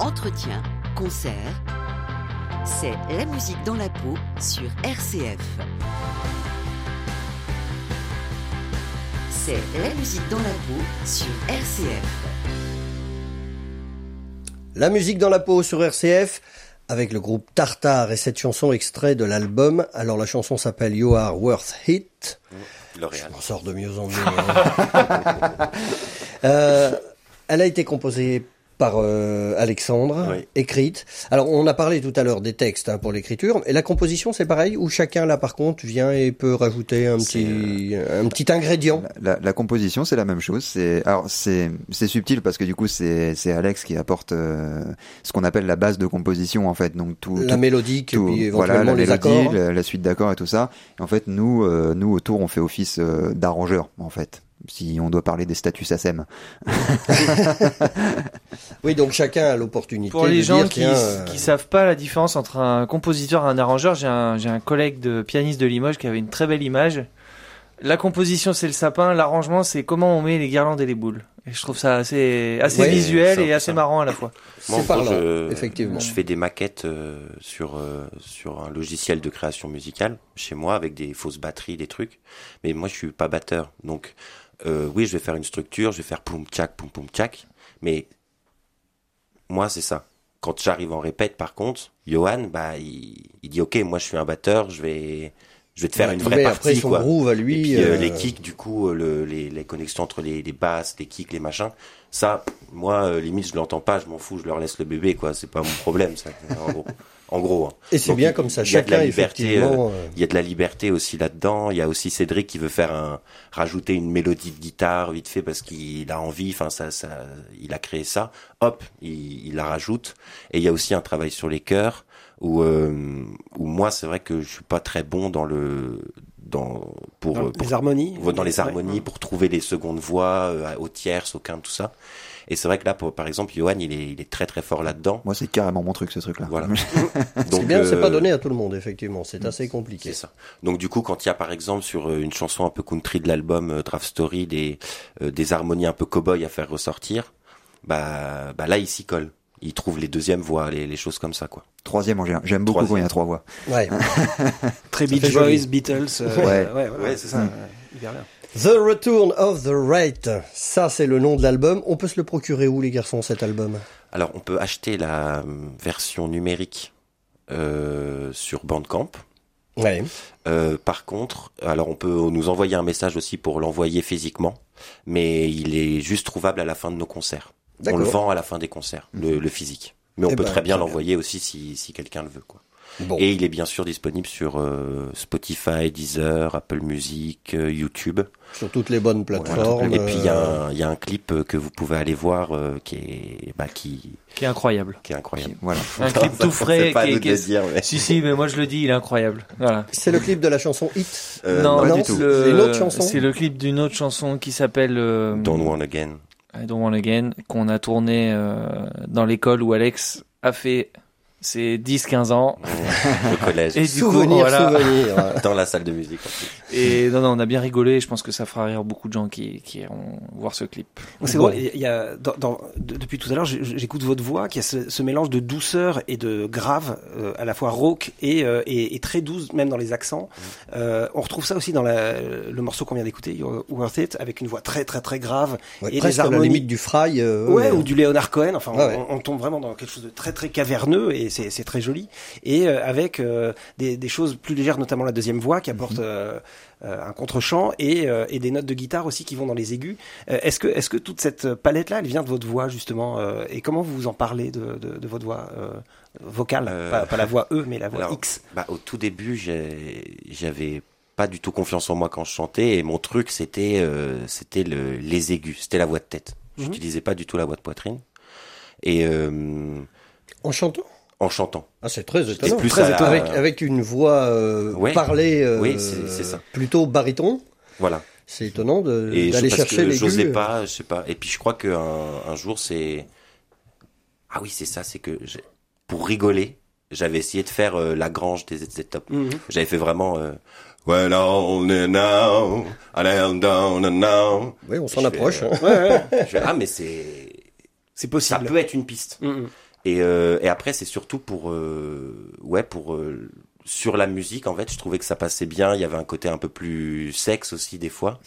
entretien, concert. C'est la musique dans la peau sur R C F. C'est la musique dans la peau sur R C F. La musique dans la peau sur R C F avec le groupe Tartare et cette chanson extrait de l'album. Alors la chanson s'appelle You Are Worth It. L'Oréal. Je m'en sors de mieux en mieux. Hein. euh, elle a été composée par euh, Alexandre, oui. écrite. Alors on a parlé tout à l'heure des textes hein, pour l'écriture. Et la composition c'est pareil ou chacun là par contre vient et peut rajouter un C'est, petit un petit ingrédient. La, la, la composition, c'est la même chose. C'est alors c'est c'est subtil parce que du coup c'est c'est Alex qui apporte euh, ce qu'on appelle la base de composition en fait. Donc tout La tout, mélodique tout, et puis voilà, éventuellement la les mélodie, accords. la, la suite d'accords et tout ça. Et en fait nous euh, nous autour on fait office euh, d'arrangeur en fait. Si on doit parler des statuts S A C E M. Oui, donc chacun a l'opportunité Pour les de gens dire, qui, tiens, euh, qui savent pas la différence entre un compositeur et un arrangeur, j'ai un, j'ai un collègue de pianiste de Limoges qui avait une très belle image. La composition, c'est le sapin. L'arrangement, c'est comment on met les guirlandes et les boules. Et je trouve ça assez, assez Ouais, visuel ça, et assez ça. marrant à la fois. Moi, en c'est gros, parlant, je, effectivement. Je fais des maquettes euh, sur euh, sur un logiciel de création musicale chez moi avec des fausses batteries, des trucs. Mais moi, je suis pas batteur, donc euh, oui, je vais faire une structure, je vais faire poum tchac, poum poum tchac. Mais moi, c'est ça. Quand j'arrive en répète, par contre, Johan, bah, il, il dit ok, moi, je suis un batteur, je vais je vais te faire ouais, une il vraie met partie, après son quoi. groove à Et lui. puis euh, euh, les kicks, du coup, euh, le, les, les connexions entre les, les basses, les kicks, les machins, ça, moi, euh, limite, je l'entends pas, je m'en fous, je leur laisse le bébé, quoi. C'est pas mon problème, ça. En gros, en gros. Hein. Et c'est Donc, bien il- comme ça. il y a de la Chacun liberté, effectivement. euh, euh, Il y a de la liberté aussi là-dedans. Il y a aussi Cédric qui veut faire un, rajouter une mélodie de guitare vite fait parce qu'il a envie. Enfin, ça, ça, il a créé ça. Hop, il, il la rajoute. Et il y a aussi un travail sur les chœurs où, euh, où moi, c'est vrai que je suis pas très bon dans le, dans, pour, Dans pour les harmonies. dans les harmonies, Ouais. pour trouver les secondes voix, euh, aux tierces, au quinte, tout ça. Et c'est vrai que là, pour, par exemple, Johan, il est, il est très très fort là-dedans. Moi c'est carrément mon truc ce truc là. Voilà. C'est Donc, bien, c'est euh, pas donné à tout le monde, effectivement. C'est assez compliqué. C'est ça. Donc du coup, quand il y a par exemple sur euh, une chanson un peu country de l'album euh, Draft Story des euh, des harmonies un peu cow-boy à faire ressortir, bah bah là il s'y colle. Il trouve les deuxièmes voix, les, les choses comme ça quoi. Troisième en général. J'aime beaucoup Troisième. quand il y a trois voix. Ouais. Très Ça Beach fait joli. Boys, Beatles. euh, Ouais. ouais, voilà, Ouais, c'est c'est ça. ça. ouais, hyper bien. The Return of the Right. Ça, c'est le nom de l'album. On peut se le procurer où, les garçons, cet album? Alors on peut acheter la euh, version numérique euh, sur Bandcamp. Ouais. Euh, par contre, alors on peut nous envoyer un message aussi pour l'envoyer physiquement, mais il est juste trouvable à la fin de nos concerts. On D'accord. le vend à la fin des concerts, le, le physique. Mais on Eh peut ben, très bien très l'envoyer aussi si, si quelqu'un le veut, quoi. Bon. Et il est bien sûr disponible sur euh, Spotify, Deezer, Apple Music, euh, YouTube. Sur toutes les bonnes plateformes. Et puis il y, a euh, un- il y a un clip euh, que vous pouvez aller voir euh, qui est bah, qui, Qui est incroyable. qui est incroyable. Voilà. Un clip tout frais. C'est pas qui est- à nous qui de est- le dire, mais... Si, si, mais moi je le dis, il est incroyable. Voilà. C'est le clip de la chanson Hit. Euh, non, pas non, du tout. le- C'est une autre chanson C'est le clip d'une autre chanson qui s'appelle euh, Don't Want Again. I Don't Want Again, qu'on a tourné euh, dans l'école où Alex a fait ses dix quinze ans. Au collège. Et du coup, Souvenir, voilà. souvenir. ouais. Dans la salle de musique. en plus. Et non, non, on a bien rigolé. Et je pense que ça fera rire beaucoup de gens qui, qui iront voir ce clip. C'est Bon. drôle, il y a, dans, dans, de- depuis tout à l'heure, j'ai- j'écoute votre voix, qui a ce, ce mélange de douceur et de grave, euh, à la fois rauque et, euh, et, et très douce, même dans les accents. Euh, on retrouve ça aussi dans la, le morceau qu'on vient d'écouter, You're Worth It, avec une voix très très très grave. Ouais, et presque des à la harmonies. limite du Fry. euh, Ouais, ouais. ou du Leonard Cohen. Enfin, Ah ouais. on, on tombe vraiment dans quelque chose de très très caverneux et c'est c'est très joli. Et euh, avec euh, des, des choses plus légères, notamment la deuxième voix qui apporte euh, euh, un contre-champ et, euh, et des notes de guitare aussi qui vont dans les aigus. Euh, est-ce que est-ce que toute cette palette-là, elle vient de votre voix justement euh, et comment vous en parlez de, de, de votre voix euh, vocale, Euh, pas, pas la voix E, mais la voix alors, X. Bah, au tout début, j'ai- j'avais pas du tout confiance en moi quand je chantais et mon truc c'était euh, c'était le, les aigus, c'était la voix de tête. Mhm. J'utilisais pas du tout la voix de poitrine et euh, En chantant? en chantant. Ah, c'est très J'étais étonnant. plus Très à la- étonnant. Avec, avec une voix euh, Ouais. parlée euh, Oui, c'est- c'est ça. plutôt baryton. Voilà. C'est étonnant de- Et je, d'aller parce chercher que l'aigu. j'osais pas, je sais pas. Et puis je crois que un, un jour c'est ah oui c'est ça, c'est que j'ai- pour rigoler, j'avais essayé de faire euh, la grange des Z Z Top. Mhm. J'avais fait vraiment euh, Well only now, I am down and now. Oui, on Je s'en fais, approche. euh, hein. Ouais, ouais. Je fais, ah mais c'est C'est ça possible. peut être une piste. Mhm. Et, euh, et après, c'est surtout pour, euh, ouais, pour euh, sur la musique. En fait, je trouvais que ça passait bien. Il y avait un côté un peu plus sexe aussi des fois.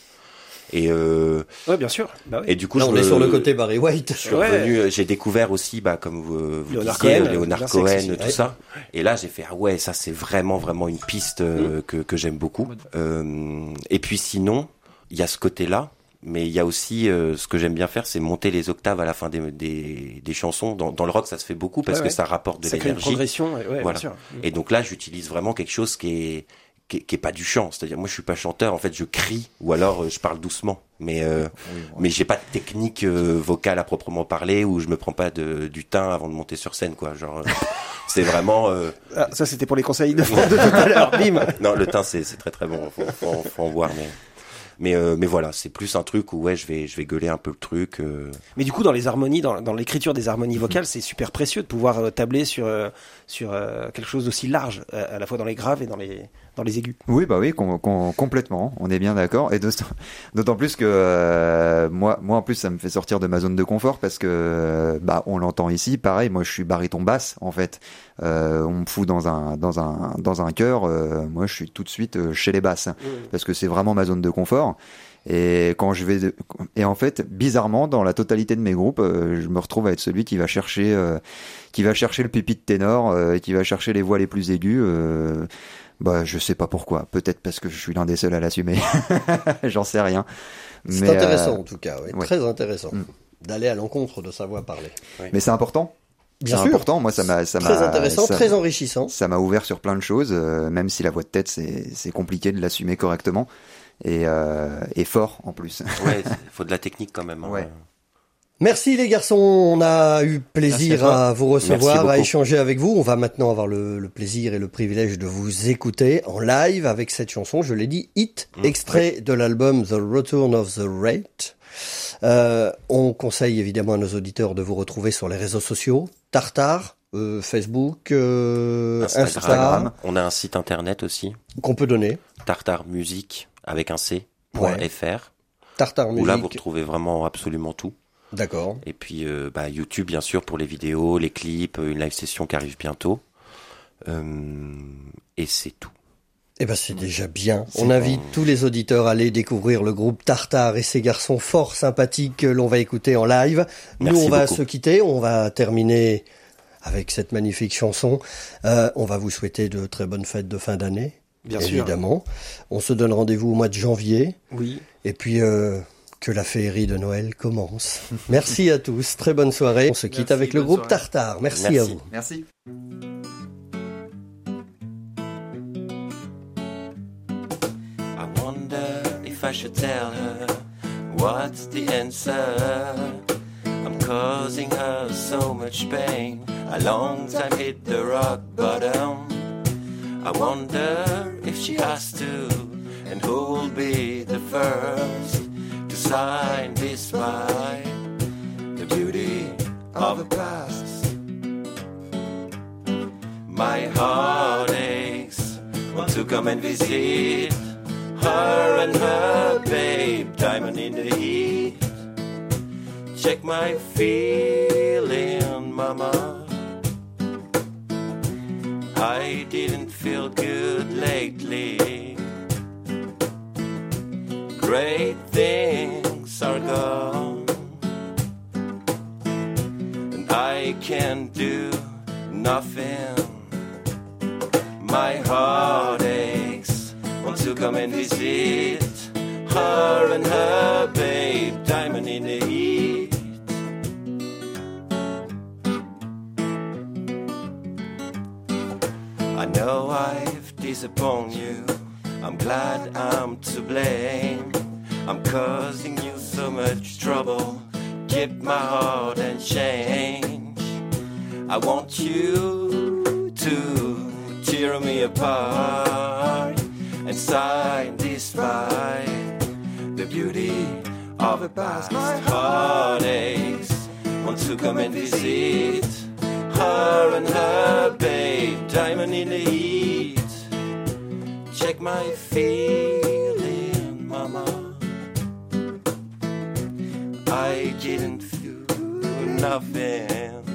Et euh, ouais, bien sûr. Bah, oui. Et du coup, Là, je on me, est sur le côté Barry White. Je suis Ouais. revenu. J'ai découvert aussi, bah, comme vous, vous Léonard disiez, Cohen, Léonard bien Cohen, sexe aussi. tout Ouais. ça. Et là, j'ai fait ah ouais, ça c'est vraiment vraiment une piste euh, Mm. que que j'aime beaucoup. Euh, et puis sinon, il y a ce côté-là. Mais il y a aussi euh, ce que j'aime bien faire, c'est monter les octaves à la fin des des, des chansons. Dans, dans le rock, ça se fait beaucoup parce Ouais, que ouais. ça rapporte de Ça crée une l'énergie. progression. Ouais, ouais, Voilà. bien sûr. Et donc là, j'utilise vraiment quelque chose qui est qui est, qui est pas du chant. C'est-à-dire, moi, je suis pas chanteur. En fait, je crie ou alors euh, je parle doucement. Mais euh, Oui, ouais. mais j'ai pas de technique euh, vocale à proprement parler ou je me prends pas de du teint avant de monter sur scène, quoi. Genre, euh, c'est vraiment. Euh... Ah, ça, c'était pour les conseils de Franck de tout à l'heure. Bim. Non, le teint, c'est c'est très très bon. Faut, faut, faut en voir, mais. Mais euh, mais voilà, c'est plus un truc où ouais, je vais je vais gueuler un peu le truc. Euh... Mais du coup, dans les harmonies, dans, dans l'écriture des harmonies vocales, c'est super précieux de pouvoir euh, tabler sur euh, sur euh, quelque chose d'aussi large, euh, à la fois dans les graves et dans les dans les aigus. Oui, bah oui, com- com- complètement. On est bien d'accord. Et d'autant d'autant plus que euh, moi, moi en plus, ça me fait sortir de ma zone de confort parce que bah on l'entend ici. Pareil, moi je suis baryton basse en fait. Euh, on me fout dans un dans un dans un chœur. Euh, moi, je suis tout de suite euh, chez les basses parce que c'est vraiment ma zone de confort. Et quand je vais de... et en fait, bizarrement, dans la totalité de mes groupes, euh, je me retrouve à être celui qui va chercher euh, qui va chercher le pipi de ténor, euh, qui va chercher les voix les plus aiguës. Euh... Bah, je sais pas pourquoi. Peut-être parce que je suis l'un des seuls à l'assumer. J'en sais rien. C'est Mais, intéressant euh, en tout cas, oui. ouais. Très intéressant Mm. d'aller à l'encontre de sa voix parler. Mais c'est important. Bien c'est sûr. important. Moi, ça m'a, ça Très m'a, intéressant, ça- très enrichissant. Ça m'a ouvert sur plein de choses, euh, même si la voix de tête, c'est, c'est compliqué de l'assumer correctement et, euh, et fort en plus. Ouais, il faut de la technique quand même. Hein. Ouais. Merci les garçons, on a eu plaisir Merci à toi. à, vous Merci recevoir, beaucoup. à échanger avec vous. On va maintenant avoir le, le plaisir et le privilège de vous écouter en live avec cette chanson, je l'ai dit, Hit, Mmh, extrait de l'album The Return of the Rate. Euh, on conseille évidemment à nos auditeurs de vous retrouver sur les réseaux sociaux, Tartare, euh, Facebook, euh, Instagram. Instagram, On a un site internet aussi, qu'on peut donner. Tartare Musique avec un C. Ouais. .fr. Tartare Où là, vous Musique, retrouvez vraiment absolument tout. d'accord. Et puis euh, bah, YouTube, bien sûr, pour les vidéos, les clips, une live session qui arrive bientôt. Euh, et c'est tout. Eh ben c'est déjà bien. C'est On invite bon. tous les auditeurs à aller découvrir le groupe Tartare et ces garçons fort sympathiques que l'on va écouter en live. Nous, Merci on va beaucoup. se quitter. On va terminer avec cette magnifique chanson. Euh, on va vous souhaiter de très bonnes fêtes de fin d'année. Bien sûr. évidemment. On se donne rendez-vous au mois de janvier. Oui. Et puis, euh, que la féerie de Noël commence. Merci à tous. Très bonne soirée. On se quitte Merci, avec le bonne groupe soirée. Tartare. Merci, à Merci. vous. Merci. I wonder if I should tell her what's the answer. I'm causing her so much pain. A long time hit the rock bottom. I wonder if she has to, and who'll be the first to sign this by the beauty of the past. My heart aches, want to come and visit her and her babe, diamond in the heat. Check my feeling, mama. I didn't feel good lately. Great things are gone, and I can do nothing. My heart aches, want to come and visit her and her babe, diamond in the heat. I know I've disappointed you, I'm glad I'm to blame. I'm causing you so much trouble, keep my heart and change. I want you to tear me apart and sign this by the beauty of a past. My heart aches, want to come and visit her and her babe, diamond in the heat. Check my feeling, mama. I didn't feel nothing.